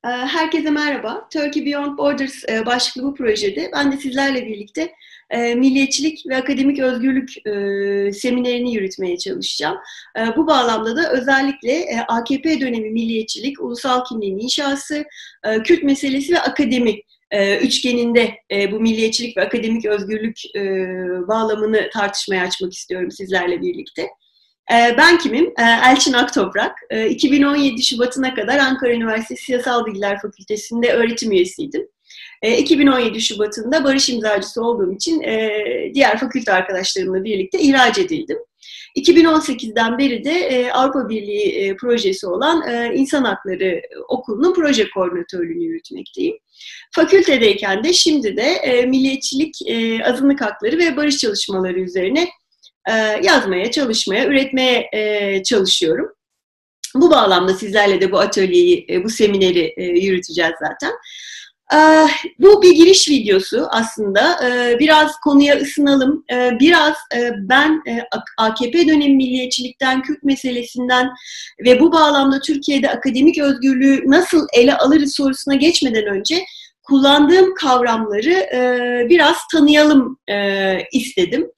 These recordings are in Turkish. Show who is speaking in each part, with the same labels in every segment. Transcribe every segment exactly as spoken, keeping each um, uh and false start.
Speaker 1: Ee, Herkese merhaba. Turkey Beyond Borders e, başlıklı bu projede ben de sizlerle birlikte e, milliyetçilik ve akademik özgürlük e, seminerini yürütmeye çalışacağım. E, Bu bağlamda da özellikle e, A K P dönemi milliyetçilik, ulusal kimliğin inşası, e, Kürt meselesi ve akademi e, üçgeninde e, bu milliyetçilik ve akademik özgürlük e, bağlamını tartışmaya açmak istiyorum sizlerle birlikte. Ben kimim? Elçin Aktoprak. iki bin on yedi Şubat'ına kadar Ankara Üniversitesi Siyasal Bilgiler Fakültesi'nde öğretim üyesiydim. iki bin on yedi Şubat'ında barış imzacısı olduğum için diğer fakülte arkadaşlarımla birlikte ihraç edildim. iki bin on sekizden beri de Avrupa Birliği projesi olan İnsan Hakları Okulu'nun proje koordinatörlüğünü yürütmekteyim. Fakültedeyken de şimdi de milliyetçilik, azınlık hakları ve barış çalışmaları üzerine yazmaya, çalışmaya, üretmeye çalışıyorum. Bu bağlamda sizlerle de bu atölyeyi, bu semineri yürüteceğiz zaten. Bu bir giriş videosu aslında. Biraz konuya ısınalım. Biraz ben A K P dönemi milliyetçilikten, Kürt meselesinden ve bu bağlamda Türkiye'de akademik özgürlüğü nasıl ele alırız sorusuna geçmeden önce kullandığım kavramları biraz tanıyalım istedim.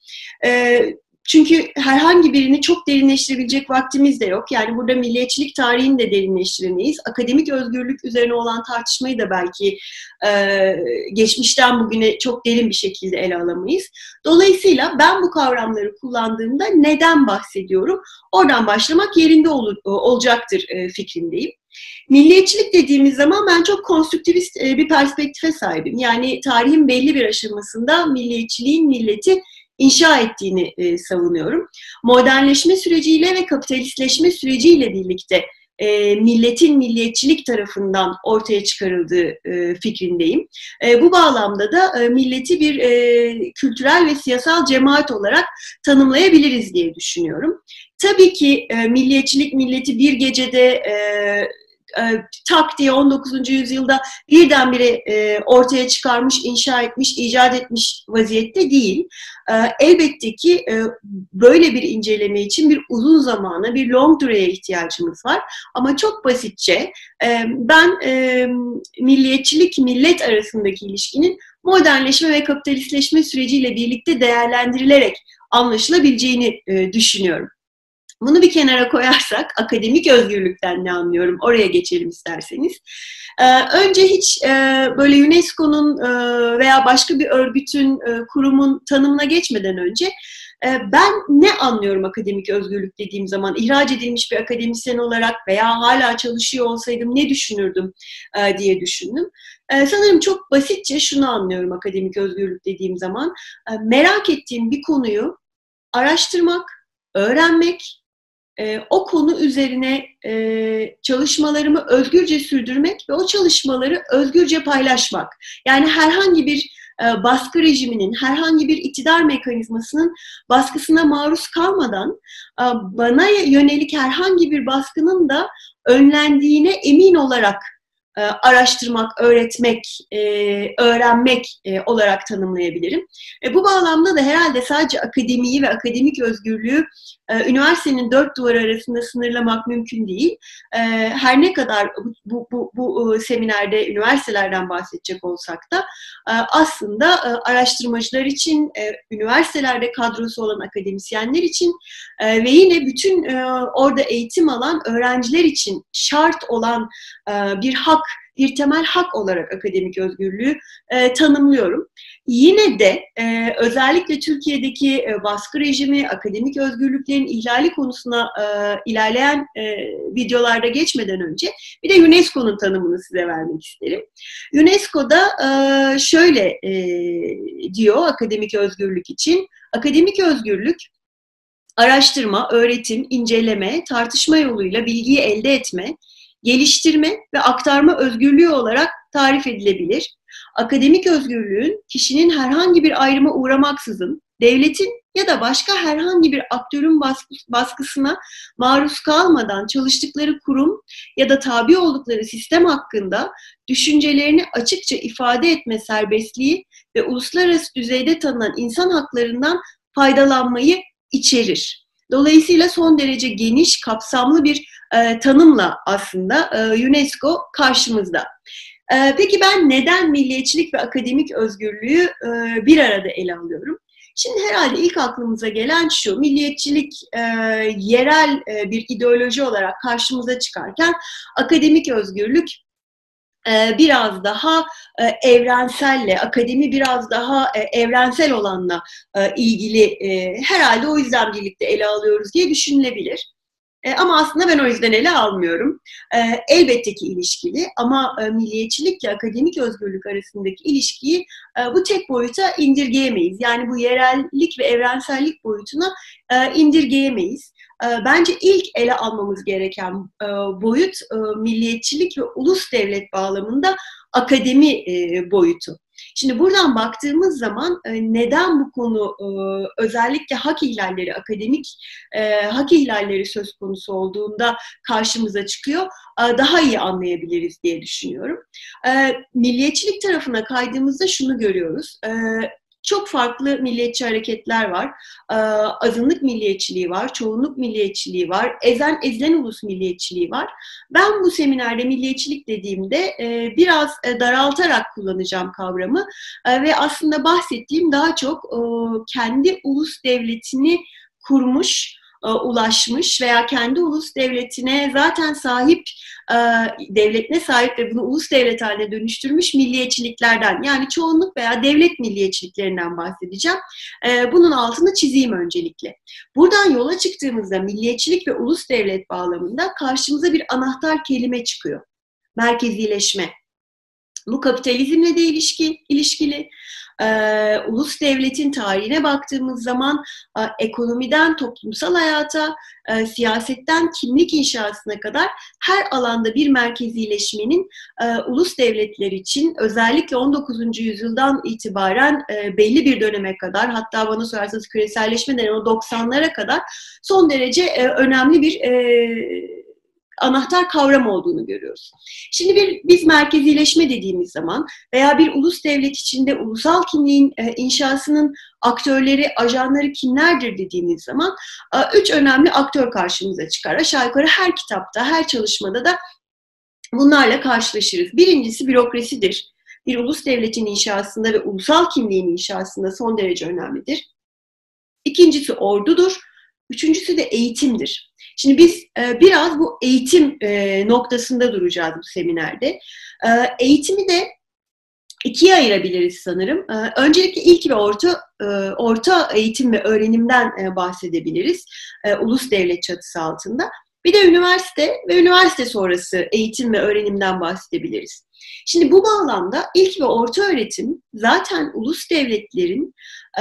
Speaker 1: Çünkü herhangi birini çok derinleştirebilecek vaktimiz de yok. Yani burada milliyetçilik tarihini de derinleştiremeyiz. Akademik özgürlük üzerine olan tartışmayı da belki e, geçmişten bugüne çok derin bir şekilde ele alamayız. Dolayısıyla ben bu kavramları kullandığımda neden bahsediyorum? Oradan başlamak yerinde olur, olacaktır e, fikrindeyim. Milliyetçilik dediğimiz zaman ben çok konstrüktivist bir perspektife sahibim. Yani tarihin belli bir aşamasında milliyetçiliğin milleti inşa ettiğini e, savunuyorum. Modernleşme süreciyle ve kapitalistleşme süreciyle birlikte e, milletin milliyetçilik tarafından ortaya çıkarıldığı e, fikrindeyim. E, bu bağlamda da e, milleti bir e, kültürel ve siyasal cemaat olarak tanımlayabiliriz diye düşünüyorum. Tabii ki e, milliyetçilik milleti bir gecede e, e, tak diye on dokuzuncu yüzyılda birdenbire e, ortaya çıkarmış, inşa etmiş, icat etmiş vaziyette değil. E, elbette ki e, böyle bir inceleme için bir uzun zamana, bir long dure'ye ihtiyacımız var. Ama çok basitçe e, ben e, milliyetçilik, millet arasındaki ilişkinin modernleşme ve kapitalistleşme süreciyle birlikte değerlendirilerek anlaşılabileceğini e, düşünüyorum. Bunu bir kenara koyarsak akademik özgürlükten ne anlıyorum? Oraya geçelim isterseniz. Ee, önce hiç e, böyle UNESCO'nun e, veya başka bir örgütün, e, kurumun tanımına geçmeden önce e, ben ne anlıyorum akademik özgürlük dediğim zaman? İhraç edilmiş bir akademisyen olarak veya hala çalışıyor olsaydım ne düşünürdüm e, diye düşündüm. E, sanırım çok basitçe şunu anlıyorum akademik özgürlük dediğim zaman. E, merak ettiğim bir konuyu araştırmak, öğrenmek, E, o konu üzerine e, çalışmalarımı özgürce sürdürmek ve o çalışmaları özgürce paylaşmak. Yani herhangi bir e, baskı rejiminin, herhangi bir iktidar mekanizmasının baskısına maruz kalmadan e, bana yönelik herhangi bir baskının da önlendiğine emin olarak e, araştırmak, öğretmek, e, öğrenmek e, olarak tanımlayabilirim. E, bu bağlamda da herhalde sadece akademiyi ve akademik özgürlüğü e, üniversitenin dört duvarı arasında sınırlamak mümkün değil. E, her ne kadar bu, bu, bu e, seminerde üniversitelerden bahsedecek olsak da e, aslında e, araştırmacılar için, e, üniversitelerde kadrosu olan akademisyenler için e, ve yine bütün e, orada eğitim alan öğrenciler için şart olan e, bir hak, bir temel hak olarak akademik özgürlüğü e, tanımlıyorum. Yine de e, özellikle Türkiye'deki e, baskı rejimi, akademik özgürlüklerin ihlali konusuna e, ilerleyen e, videolarda geçmeden önce bir de UNESCO'nun tanımını size vermek isterim. UNESCO'da e, şöyle e, diyor akademik özgürlük için, akademik özgürlük araştırma, öğretim, inceleme, tartışma yoluyla bilgiyi elde etme, geliştirme ve aktarma özgürlüğü olarak tarif edilebilir. Akademik özgürlüğün kişinin herhangi bir ayrıma uğramaksızın devletin ya da başka herhangi bir aktörün baskısına maruz kalmadan çalıştıkları kurum ya da tabi oldukları sistem hakkında düşüncelerini açıkça ifade etme serbestliği ve uluslararası düzeyde tanınan insan haklarından faydalanmayı içerir. Dolayısıyla son derece geniş, kapsamlı bir e, tanımla aslında e, UNESCO karşımızda. E, peki ben neden milliyetçilik ve akademik özgürlüğü e, bir arada ele alıyorum? Şimdi herhalde ilk aklımıza gelen şu, milliyetçilik e, yerel e, bir ideoloji olarak karşımıza çıkarken akademik özgürlük e, biraz daha e, evrenselle, akademi biraz daha e, evrensel olanla e, ilgili, e, herhalde o yüzden birlikte ele alıyoruz diye düşünülebilir. E, ama aslında ben o yüzden ele almıyorum. E, elbette ki ilişkili ama e, milliyetçilikle akademik özgürlük arasındaki ilişkiyi e, bu tek boyuta indirgeyemeyiz. Yani bu yerellik ve evrensellik boyutuna e, indirgeyemeyiz. E, bence ilk ele almamız gereken e, boyut e, milliyetçilik ve ulus devlet bağlamında akademi e, boyutu. Şimdi buradan baktığımız zaman e, neden bu konu e, özellikle hak ihlalleri, akademik e, hak ihlalleri söz konusu olduğunda karşımıza çıkıyor, e, daha iyi anlayabiliriz diye düşünüyorum. E, milliyetçilik tarafına kaydığımızda şunu görüyoruz. E, Çok farklı milliyetçi hareketler var. Ee, azınlık milliyetçiliği var, çoğunluk milliyetçiliği var, ezen ezilen ulus milliyetçiliği var. Ben bu seminerde milliyetçilik dediğimde e, biraz e, daraltarak kullanacağım kavramı e, ve aslında bahsettiğim daha çok e, kendi ulus devletini kurmuş, e, ulaşmış veya kendi ulus devletine zaten sahip, e, devletine sahip ve bunu ulus devlet haline dönüştürmüş milliyetçiliklerden, yani çoğunluk veya devlet milliyetçiliklerinden bahsedeceğim. E, bunun altını çizeyim öncelikle. Buradan yola çıktığımızda milliyetçilik ve ulus devlet bağlamında karşımıza bir anahtar kelime çıkıyor. Merkezileşme. Bu kapitalizmle de ilişki, ilişkili. Ee, ulus devletin tarihine baktığımız zaman e, ekonomiden toplumsal hayata, e, siyasetten kimlik inşasına kadar her alanda bir merkezileşmenin e, ulus devletler için özellikle on dokuzuncu yüzyıldan itibaren e, belli bir döneme kadar, hatta bana sorarsanız küreselleşme denen o doksanlara kadar son derece e, önemli bir e, anahtar kavram olduğunu görüyoruz. Şimdi bir, biz merkezileşme dediğimiz zaman veya bir ulus devlet içinde ulusal kimliğin e, inşasının aktörleri, ajanları kimlerdir dediğimiz zaman e, üç önemli aktör karşımıza çıkar. Aşağı yukarı her kitapta, her çalışmada da bunlarla karşılaşırız. Birincisi bürokrasidir. Bir ulus devletin inşasında ve ulusal kimliğin inşasında son derece önemlidir. İkincisi ordudur. Üçüncüsü de eğitimdir. Şimdi biz e, biraz bu eğitim e, noktasında duracağız bu seminerde. E, eğitimi de ikiye ayırabiliriz sanırım. E, öncelikle ilk ve orta e, orta eğitim ve öğrenimden e, bahsedebiliriz. E, ulus devlet çatısı altında. Bir de üniversite ve üniversite sonrası eğitim ve öğrenimden bahsedebiliriz. Şimdi bu bağlamda ilk ve orta öğretim zaten ulus devletlerin e,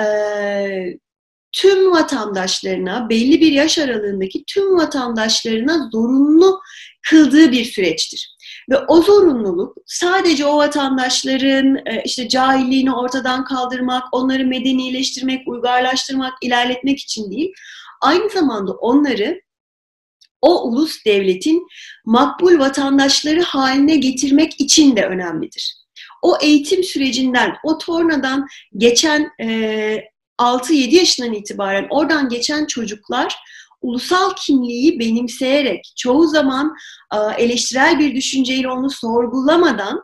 Speaker 1: tüm vatandaşlarına, belli bir yaş aralığındaki tüm vatandaşlarına zorunlu kıldığı bir süreçtir. Ve o zorunluluk sadece o vatandaşların işte cahilliğini ortadan kaldırmak, onları medenileştirmek, uygarlaştırmak, ilerletmek için değil, aynı zamanda onları o ulus devletin makbul vatandaşları haline getirmek için de önemlidir. O eğitim sürecinden, o tornadan geçen e, altı yedi yaşından itibaren oradan geçen çocuklar ulusal kimliği benimseyerek, çoğu zaman eleştirel bir düşünceyle onu sorgulamadan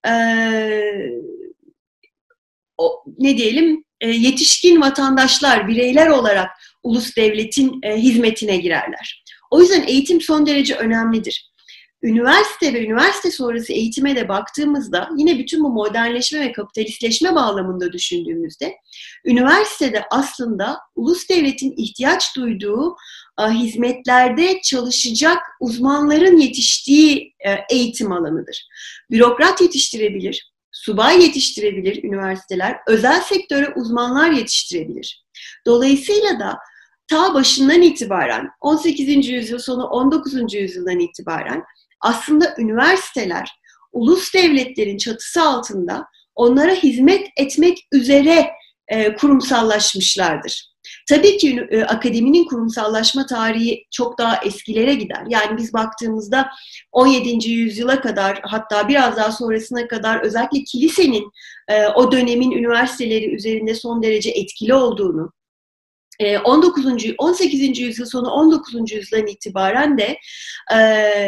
Speaker 1: o, ne diyelim yetişkin vatandaşlar, bireyler olarak ulus devletin hizmetine girerler. O yüzden eğitim son derece önemlidir. Üniversite ve üniversite sonrası eğitime de baktığımızda yine bütün bu modernleşme ve kapitalistleşme bağlamında düşündüğümüzde üniversitede aslında ulus devletin ihtiyaç duyduğu e, hizmetlerde çalışacak uzmanların yetiştiği e, eğitim alanıdır. Bürokrat yetiştirebilir, subay yetiştirebilir üniversiteler, özel sektöre uzmanlar yetiştirebilir. Dolayısıyla da ta başından itibaren on sekizinci yüzyıl sonu on dokuzuncu yüzyıldan itibaren aslında üniversiteler ulus devletlerin çatısı altında onlara hizmet etmek üzere e, kurumsallaşmışlardır. Tabii ki e, akademinin kurumsallaşma tarihi çok daha eskilere gider. Yani biz baktığımızda on yedinci yüzyıla kadar, hatta biraz daha sonrasına kadar özellikle kilisenin e, o dönemin üniversiteleri üzerinde son derece etkili olduğunu, on dokuzuncu on sekizinci yüzyıl sonu on dokuzuncu yüzyıldan itibaren de e,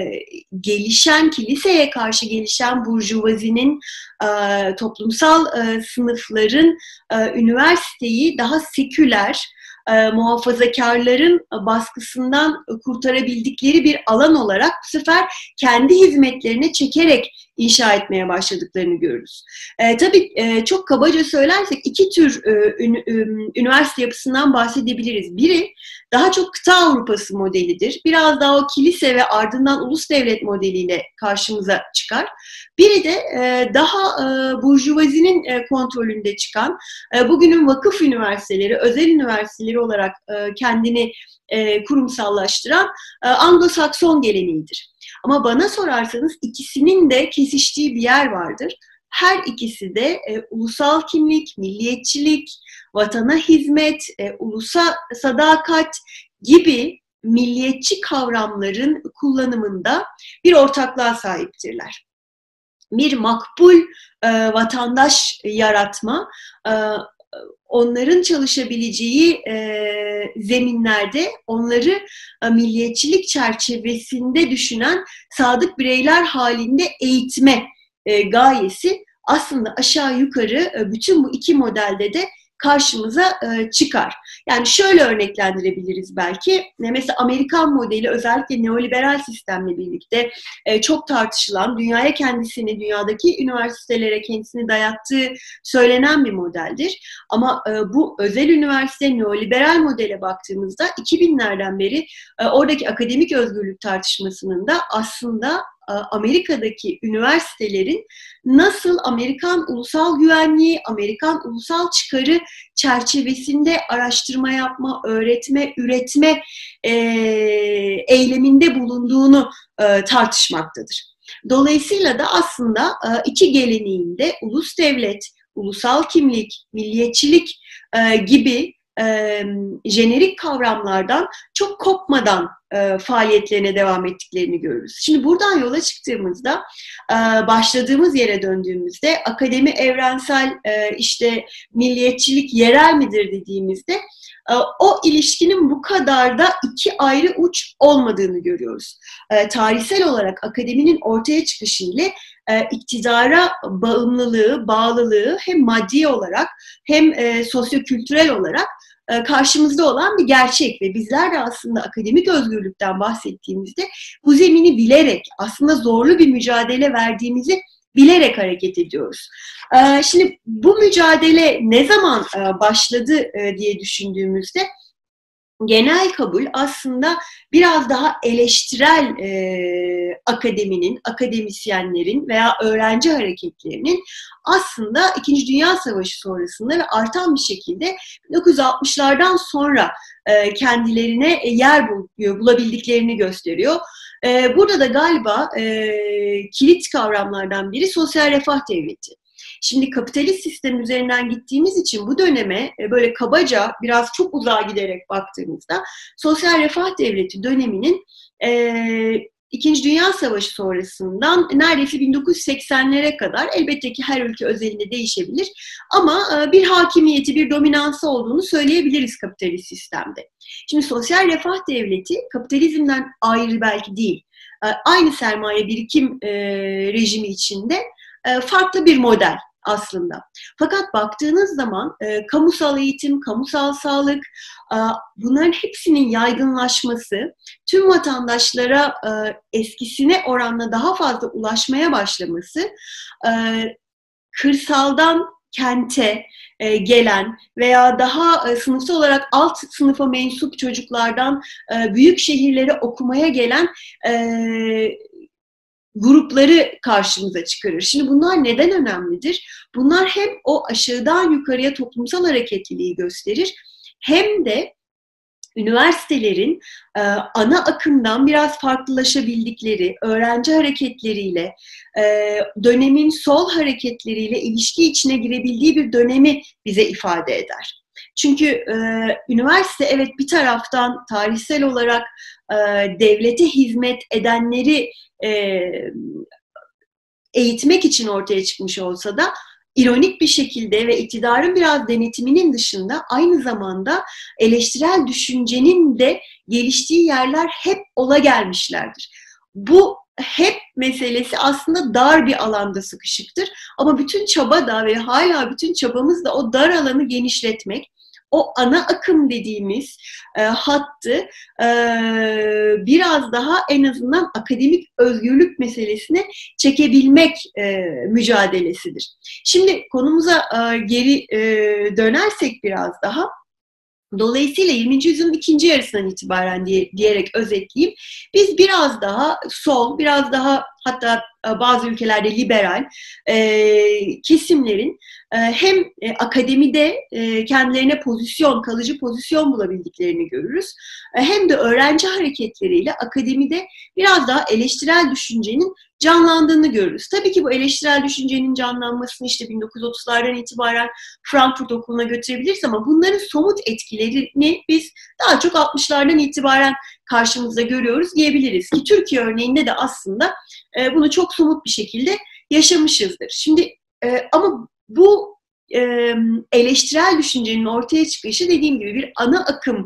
Speaker 1: gelişen, kiliseye karşı gelişen burjuvazinin, e, toplumsal e, sınıfların e, üniversiteyi daha seküler, e, muhafazakarların baskısından kurtarabildikleri bir alan olarak bu sefer kendi hizmetlerine çekerek inşa etmeye başladıklarını görürüz. E, tabii e, çok kabaca söylersek iki tür e, ün, e, üniversite yapısından bahsedebiliriz. Biri daha çok kıta Avrupası modelidir. Biraz daha o kilise ve ardından ulus devlet modeliyle karşımıza çıkar. Biri de e, daha e, burjuvazinin e, kontrolünde çıkan, e, bugünün vakıf üniversiteleri, özel üniversiteleri olarak e, kendini e, kurumsallaştıran e, Anglo-Sakson geleneğidir. Ama bana sorarsanız ikisinin de kesiştiği bir yer vardır. Her ikisi de e, ulusal kimlik, milliyetçilik, vatana hizmet, e, ulusa sadakat gibi milliyetçi kavramların kullanımında bir ortaklığa sahiptirler. Bir makbul e, vatandaş yaratma, e, onların çalışabileceği e, zeminlerde onları e, milliyetçilik çerçevesinde düşünen sadık bireyler halinde eğitme e, gayesi aslında aşağı yukarı e, bütün bu iki modelde de karşımıza e, çıkar. Yani şöyle örneklendirebiliriz belki. Mesela Amerikan modeli özellikle neoliberal sistemle birlikte e, çok tartışılan, dünyaya kendisini, dünyadaki üniversitelere kendisini dayattığı söylenen bir modeldir. Ama e, bu özel üniversite neoliberal modele baktığımızda iki binlerden beri e, oradaki akademik özgürlük tartışmasının da aslında Amerika'daki üniversitelerin nasıl Amerikan ulusal güvenliği, Amerikan ulusal çıkarı çerçevesinde araştırma yapma, öğretme, üretme e, eyleminde bulunduğunu e, tartışmaktadır. Dolayısıyla da aslında e, iki geleneğinde ulus devlet, ulusal kimlik, milliyetçilik e, gibi e, jenerik kavramlardan çok kopmadan e, faaliyetlerine devam ettiklerini görürüz. Şimdi buradan yola çıktığımızda, e, başladığımız yere döndüğümüzde akademi evrensel, e, işte milliyetçilik yerel midir dediğimizde e, o ilişkinin bu kadar da iki ayrı uç olmadığını görüyoruz. E, tarihsel olarak akademinin ortaya çıkışı ile e, iktidara bağımlılığı, bağlılığı hem maddi olarak hem e, sosyokültürel olarak karşımızda olan bir gerçek ve bizler de aslında akademik özgürlükten bahsettiğimizde bu zemini bilerek, aslında zorlu bir mücadele verdiğimizi bilerek hareket ediyoruz. Şimdi bu mücadele ne zaman başladı diye düşündüğümüzde genel kabul aslında biraz daha eleştirel e, akademinin, akademisyenlerin veya öğrenci hareketlerinin aslında İkinci Dünya Savaşı sonrasında ve artan bir şekilde bin dokuz yüz altmışlardan sonra e, kendilerine yer bul, bulabildiklerini gösteriyor. E, burada da galiba e, kilit kavramlardan biri sosyal refah devleti. Şimdi kapitalist sistem üzerinden gittiğimiz için bu döneme böyle kabaca biraz çok uzağa giderek baktığımızda sosyal refah devleti döneminin e, İkinci Dünya Savaşı sonrasından neredeyse bin dokuz yüz seksenlere kadar, elbette ki her ülke özelinde değişebilir ama e, bir hakimiyeti, bir dominansı olduğunu söyleyebiliriz kapitalist sistemde. Şimdi sosyal refah devleti kapitalizmden ayrı belki değil, e, aynı sermaye birikim e, rejimi içinde e, farklı bir model aslında. Fakat baktığınız zaman e, kamusal eğitim, kamusal sağlık, e, bunların hepsinin yaygınlaşması, tüm vatandaşlara e, eskisine oranla daha fazla ulaşmaya başlaması, e, kırsaldan kente e, gelen veya daha e, sınıfsal olarak alt sınıfa mensup çocuklardan e, büyük şehirlere okumaya gelen e, grupları karşımıza çıkarır. Şimdi bunlar neden önemlidir? Bunlar hem o aşağıdan yukarıya toplumsal hareketliliği gösterir, hem de üniversitelerin e, ana akımdan biraz farklılaşabildikleri, öğrenci hareketleriyle, e, dönemin sol hareketleriyle ilişki içine girebildiği bir dönemi bize ifade eder. Çünkü e, üniversite evet bir taraftan tarihsel olarak e, devlete hizmet edenleri e, eğitmek için ortaya çıkmış olsa da ironik bir şekilde ve iktidarın biraz denetiminin dışında aynı zamanda eleştirel düşüncenin de geliştiği yerler hep ola gelmişlerdir. Bu hep meselesi aslında dar bir alanda sıkışıktır. Ama bütün çaba da ve hala bütün çabamız da o dar alanı genişletmek, o ana akım dediğimiz e, hattı e, biraz daha en azından akademik özgürlük meselesine çekebilmek e, mücadelesidir. Şimdi konumuza e, geri e, dönersek biraz daha, dolayısıyla yirminci yüzyılın ikinci yarısından itibaren diye, diyerek özetleyeyim, biz biraz daha sol, biraz daha hatta bazı ülkelerde liberal e, kesimlerin e, hem e, akademide e, kendilerine pozisyon, kalıcı pozisyon bulabildiklerini görürüz. E, hem de öğrenci hareketleriyle akademide biraz daha eleştirel düşüncenin canlandığını görürüz. Tabii ki bu eleştirel düşüncenin canlanmasını işte bin dokuz yüz otuzlardan itibaren Frankfurt Okulu'na götürebiliriz ama bunların somut etkilerini biz daha çok altmışlardan itibaren karşımızda görüyoruz diyebiliriz ki Türkiye örneğinde de aslında e, bunu çok somut bir şekilde yaşamışızdır. Şimdi e, ama bu e, eleştirel düşüncenin ortaya çıkışı dediğim gibi bir ana akım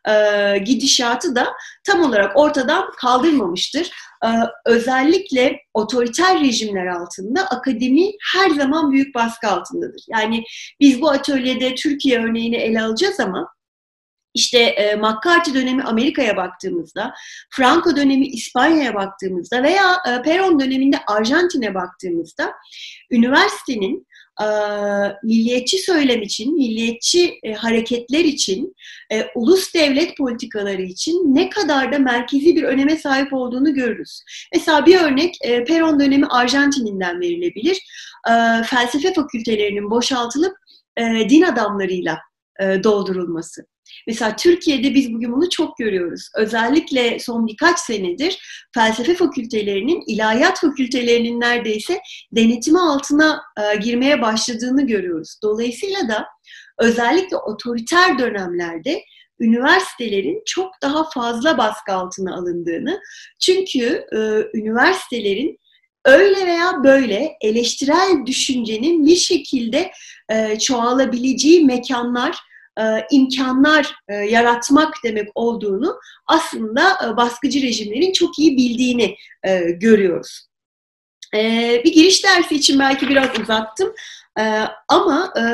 Speaker 1: e, gidişatı da tam olarak ortadan kaldırmamıştır. E, özellikle otoriter rejimler altında akademi her zaman büyük baskı altındadır. Yani biz bu atölyede Türkiye örneğini ele alacağız ama İşte e, McCarthy dönemi Amerika'ya baktığımızda, Franco dönemi İspanya'ya baktığımızda veya e, Perón döneminde Arjantin'e baktığımızda üniversitenin e, milliyetçi söylem için, milliyetçi e, hareketler için, e, ulus devlet politikaları için ne kadar da merkezi bir öneme sahip olduğunu görürüz. Mesela bir örnek e, Perón dönemi Arjantin'inden verilebilir. E, felsefe fakültelerinin boşaltılıp e, din adamlarıyla e, doldurulması. Mesela Türkiye'de biz bugün bunu çok görüyoruz. Özellikle son birkaç senedir felsefe fakültelerinin, ilahiyat fakültelerinin neredeyse denetimi altına e, girmeye başladığını görüyoruz. Dolayısıyla da özellikle otoriter dönemlerde üniversitelerin çok daha fazla baskı altına alındığını, çünkü e, üniversitelerin öyle veya böyle eleştirel düşüncenin bir şekilde e, çoğalabileceği mekanlar, E, imkanlar e, yaratmak demek olduğunu aslında e, baskıcı rejimlerin çok iyi bildiğini e, görüyoruz. E, bir giriş dersi için belki biraz uzattım e, ama e,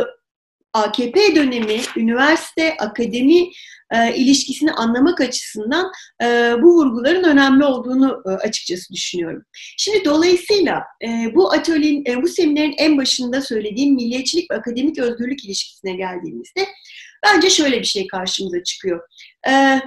Speaker 1: A K P dönemi, üniversite, akademi e, ilişkisini anlamak açısından e, bu vurguların önemli olduğunu e, açıkçası düşünüyorum. Şimdi dolayısıyla e, bu atölyenin, e, bu seminerin en başında söylediğim milliyetçilik ve akademik özgürlük ilişkisine geldiğimizde bence şöyle bir şey karşımıza çıkıyor. E,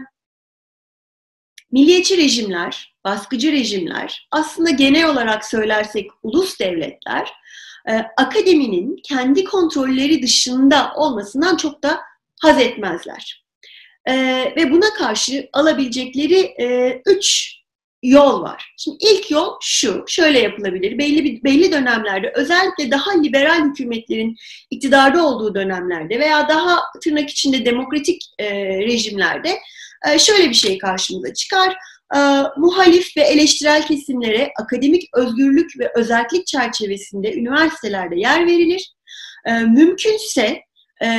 Speaker 1: milliyetçi rejimler, baskıcı rejimler, aslında genel olarak söylersek ulus devletler, akademinin kendi kontrolleri dışında olmasından çok da haz etmezler. E, ve buna karşı alabilecekleri e, üç yol var. Şimdi ilk yol şu, şöyle yapılabilir. Belli bir, belli dönemlerde, özellikle daha liberal hükümetlerin iktidarda olduğu dönemlerde veya daha tırnak içinde demokratik e, rejimlerde e, şöyle bir şey karşımıza çıkar. E, muhalif ve eleştirel kesimlere akademik özgürlük ve özellik çerçevesinde üniversitelerde yer verilir. E, mümkünse e,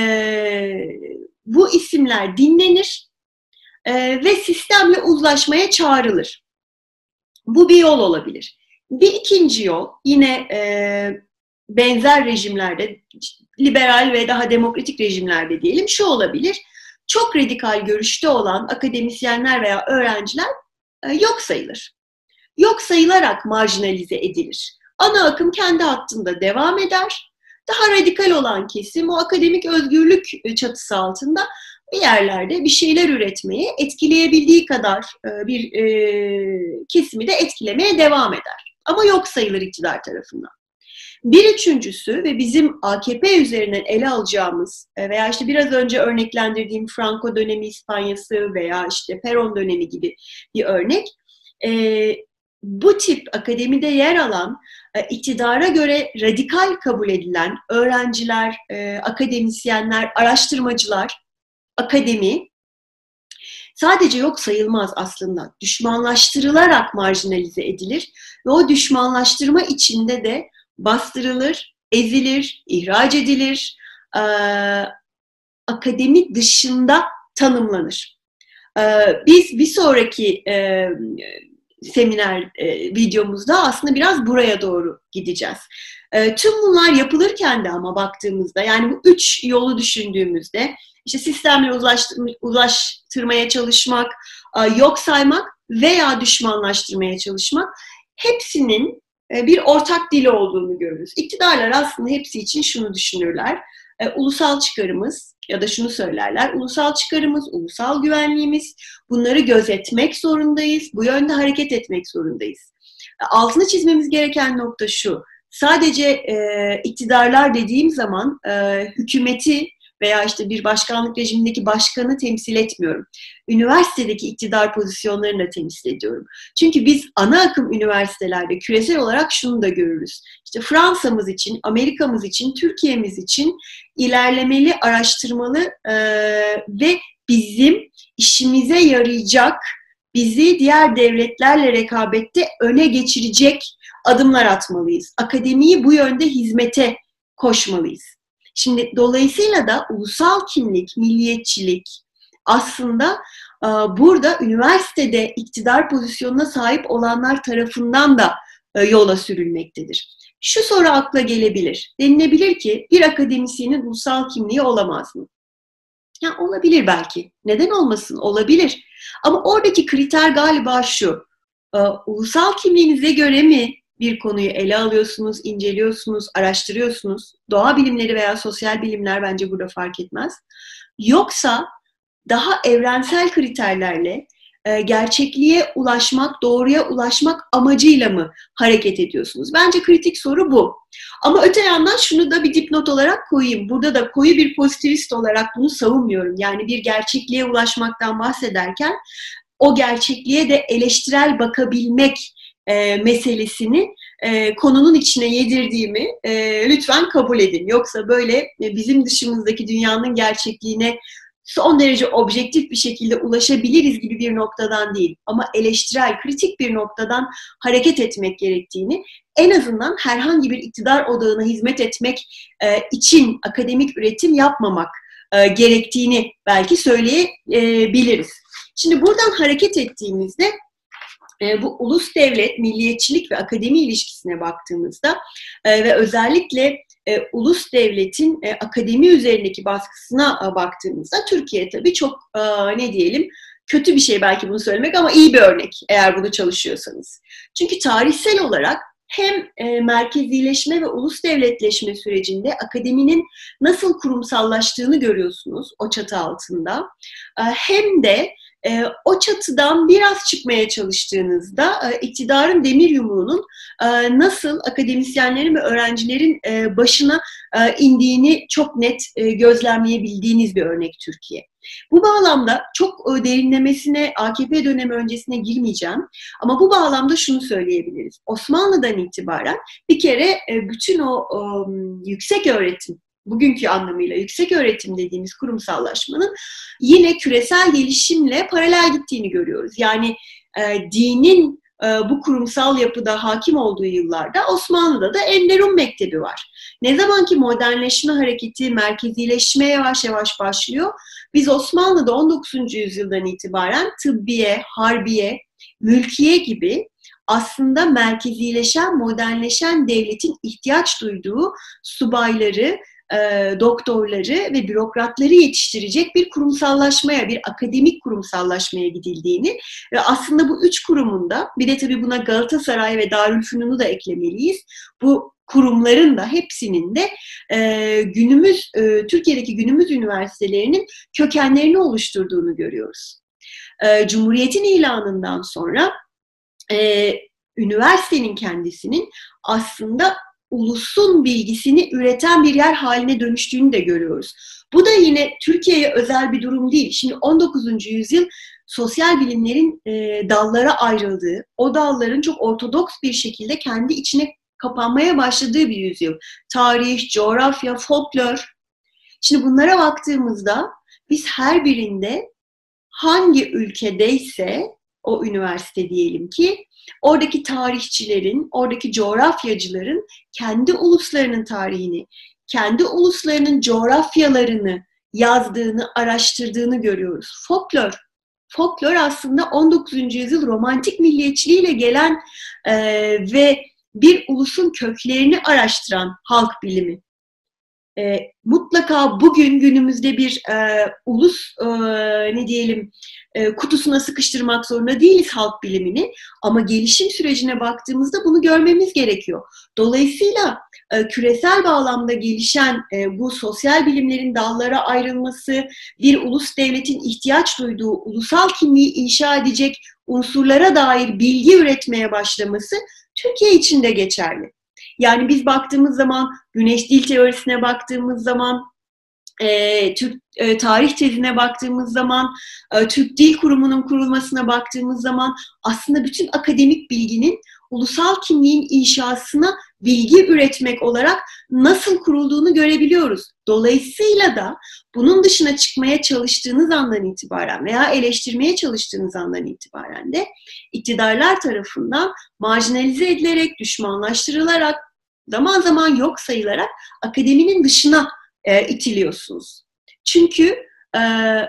Speaker 1: bu isimler dinlenir e, ve sistemle uzlaşmaya çağrılır. Bu bir yol olabilir. Bir ikinci yol yine e, benzer rejimlerde, liberal ve daha demokratik rejimlerde diyelim, şu olabilir. Çok radikal görüşte olan akademisyenler veya öğrenciler e, yok sayılır. Yok sayılarak marjinalize edilir. Ana akım kendi hattında devam eder. Daha radikal olan kesim o akademik özgürlük çatısı altında bir yerlerde bir şeyler üretmeye, etkileyebildiği kadar bir e, kesimi de etkilemeye devam eder. Ama yok sayılır iktidar tarafından. Bir üçüncüsü ve bizim A K P üzerinden ele alacağımız veya işte biraz önce örneklendirdiğim Franco dönemi İspanyası veya işte Perón dönemi gibi bir örnek. E, bu tip akademide yer alan, e, iktidara göre radikal kabul edilen öğrenciler, e, akademisyenler, araştırmacılar, akademi sadece yok sayılmaz aslında. Düşmanlaştırılarak marjinalize edilir ve o düşmanlaştırma içinde de bastırılır, ezilir, ihraç edilir, e, akademi dışında tanımlanır. E, biz bir sonraki e, seminer e, videomuzda aslında biraz buraya doğru gideceğiz. E, tüm bunlar yapılırken de ama baktığımızda, yani bu üç yolu düşündüğümüzde, işte sistemleri uzlaştırmaya, uzlaştırmaya çalışmak, e, yok saymak veya düşmanlaştırmaya çalışmak, hepsinin e, bir ortak dili olduğunu görürüz. İktidarlar aslında hepsi için şunu düşünürler: e, ulusal çıkarımız, ya da şunu söylerler: ulusal çıkarımız, ulusal güvenliğimiz, bunları gözetmek zorundayız, bu yönde hareket etmek zorundayız. Altını çizmemiz gereken nokta şu: sadece e, iktidarlar dediğim zaman e, hükümeti veya işte bir başkanlık rejimindeki başkanı temsil etmiyorum. Üniversitedeki iktidar pozisyonlarını da temsil ediyorum. Çünkü biz ana akım üniversitelerde küresel olarak şunu da görürüz: İşte Fransa'mız için, Amerika'mız için, Türkiye'miz için ilerlemeli, araştırmalı e, ve bizim işimize yarayacak, bizi diğer devletlerle rekabette öne geçirecek adımlar atmalıyız. Akademiyi bu yönde hizmete koşmalıyız. Şimdi dolayısıyla da ulusal kimlik, milliyetçilik aslında e, burada üniversitede iktidar pozisyonuna sahip olanlar tarafından da e, yola sürülmektedir. Şu soru akla gelebilir: denilebilir ki bir akademisyenin ulusal kimliği olamaz mı? Ya olabilir belki. Neden olmasın? Olabilir. Ama oradaki kriter galiba şu: e, ulusal kimliğinize göre mi bir konuyu ele alıyorsunuz, inceliyorsunuz, araştırıyorsunuz? Doğa bilimleri veya sosyal bilimler bence burada fark etmez. Yoksa daha evrensel kriterlerle e, gerçekliğe ulaşmak, doğruya ulaşmak amacıyla mı hareket ediyorsunuz? Bence kritik soru bu. Ama öte yandan şunu da bir dipnot olarak koyayım: burada da koyu bir pozitivist olarak bunu savunmuyorum. Yani bir gerçekliğe ulaşmaktan bahsederken o gerçekliğe de eleştirel bakabilmek e, meselesini e, konunun içine yedirdiğimi e, lütfen kabul edin. Yoksa böyle e, bizim dışımızdaki dünyanın gerçekliğine son derece objektif bir şekilde ulaşabiliriz gibi bir noktadan değil, ama eleştirel, kritik bir noktadan hareket etmek gerektiğini, en azından herhangi bir iktidar odağına hizmet etmek e, için akademik üretim yapmamak e, gerektiğini belki söyleyebiliriz. Şimdi buradan hareket ettiğimizde e, bu ulus devlet, milliyetçilik ve akademi ilişkisine baktığımızda e, ve özellikle e, ulus devletin e, akademi üzerindeki baskısına e, baktığımızda, Türkiye tabii çok e, ne diyelim, kötü bir şey belki bunu söylemek, ama iyi bir örnek eğer bunu çalışıyorsanız. Çünkü tarihsel olarak hem e, merkezileşme ve ulus devletleşme sürecinde akademinin nasıl kurumsallaştığını görüyorsunuz o çatı altında. E, hem de e, o çatıdan biraz çıkmaya çalıştığınızda e, iktidarın demir yumruğunun e, nasıl akademisyenlerin ve öğrencilerin e, başına e, indiğini çok net e, gözlemleyebildiğiniz bir örnek Türkiye. Bu bağlamda çok e, derinlemesine A K P dönemi öncesine girmeyeceğim, ama bu bağlamda şunu söyleyebiliriz: Osmanlı'dan itibaren bir kere e, bütün o e, yüksek öğretim, bugünkü anlamıyla yüksek öğretim dediğimiz kurumsallaşmanın yine küresel gelişimle paralel gittiğini görüyoruz. Yani e, dinin e, bu kurumsal yapıda hakim olduğu yıllarda Osmanlı'da da Enderun Mektebi var. Ne zaman ki modernleşme hareketi, merkezileşme yavaş yavaş başlıyor, biz Osmanlı'da on dokuzuncu yüzyıldan itibaren tıbbiye, harbiye, mülkiye gibi aslında merkezileşen, modernleşen devletin ihtiyaç duyduğu subayları, e, doktorları ve bürokratları yetiştirecek bir kurumsallaşmaya, bir akademik kurumsallaşmaya gidildiğini ve aslında bu üç kurumun da, bir de tabii buna Galatasaray ve Darülfünun'u da eklemeliyiz, bu kurumların da hepsinin de e, günümüz e, Türkiye'deki günümüz üniversitelerinin kökenlerini oluşturduğunu görüyoruz. E, Cumhuriyet'in ilanından sonra e, üniversitenin kendisinin aslında ulusun bilgisini üreten bir yer haline dönüştüğünü de görüyoruz. Bu da yine Türkiye'ye özel bir durum değil. Şimdi on dokuzuncu yüzyıl sosyal bilimlerin e, dallara ayrıldığı, o dalların çok ortodoks bir şekilde kendi içine kapanmaya başladığı bir yüzyıl. Tarih, coğrafya, folklor. Şimdi bunlara baktığımızda biz her birinde hangi ülkedeyse o üniversite diyelim ki, oradaki tarihçilerin, oradaki coğrafyacıların kendi uluslarının tarihini, kendi uluslarının coğrafyalarını yazdığını, araştırdığını görüyoruz. Folklor, folklor aslında on dokuzuncu yüzyıl romantik milliyetçiliğiyle gelen e, ve bir ulusun köklerini araştıran halk bilimi. E, mutlaka bugün günümüzde bir e, ulus e, ne diyelim e, kutusuna sıkıştırmak zorunda değiliz halk bilimini, ama gelişim sürecine baktığımızda bunu görmemiz gerekiyor. Dolayısıyla e, küresel bağlamda gelişen e, bu sosyal bilimlerin dallara ayrılması, bir ulus devletin ihtiyaç duyduğu ulusal kimliği inşa edecek unsurlara dair bilgi üretmeye başlaması Türkiye için de geçerli. Yani biz baktığımız zaman, Güneş Dil Teorisi'ne baktığımız zaman, e, Türk e, tarih tezine baktığımız zaman, e, Türk Dil Kurumu'nun kurulmasına baktığımız zaman aslında bütün akademik bilginin ulusal kimliğin inşasına bilgi üretmek olarak nasıl kurulduğunu görebiliyoruz. Dolayısıyla da bunun dışına çıkmaya çalıştığınız andan itibaren veya eleştirmeye çalıştığınız andan itibaren de iktidarlar tarafından marjinalize edilerek, düşmanlaştırılarak, zaman zaman yok sayılarak akademinin dışına e, itiliyorsunuz. Çünkü e,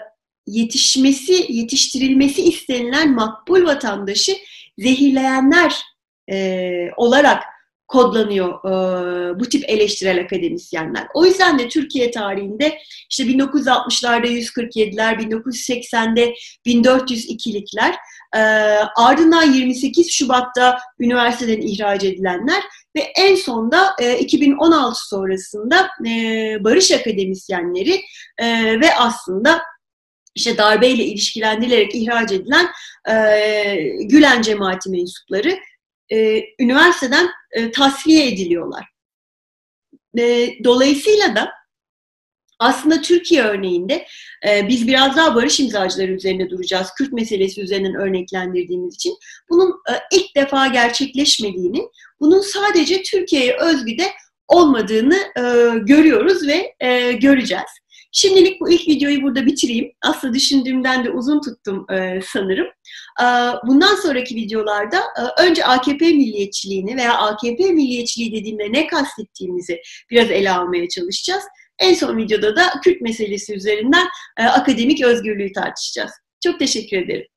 Speaker 1: yetişmesi, yetiştirilmesi istenilen makbul vatandaşı zehirleyenler e, olarak kodlanıyor e, bu tip eleştirel akademisyenler. O yüzden de Türkiye tarihinde işte bin dokuz yüz altmışlarda yüz kırk yediler, bin dokuz yüz seksende bin dört yüz ikilikler, e, ardından yirmi sekiz Şubat'ta üniversiteden ihraç edilenler ve en sonda e, iki bin on altı sonrasında e, barış akademisyenleri e, ve aslında işte darbeyle ilişkilendirilerek ihraç edilen e, Gülen cemaati mensupları e, üniversiteden e, tasfiye ediliyorlar. E, dolayısıyla da aslında Türkiye örneğinde e, biz biraz daha barış imzacıları üzerine duracağız. Kürt meselesi üzerinden örneklendirdiğimiz için bunun e, ilk defa gerçekleşmediğini, bunun sadece Türkiye'ye özgü de olmadığını e, görüyoruz ve e, göreceğiz. Şimdilik bu ilk videoyu burada bitireyim. Aslında düşündüğümden de uzun tuttum e, sanırım. E, bundan sonraki videolarda e, önce A K P milliyetçiliğini veya A K P milliyetçiliği dediğimde ne kastettiğimizi biraz ele almaya çalışacağız. En son videoda da Kürt meselesi üzerinden e, akademik özgürlüğü tartışacağız. Çok teşekkür ederim.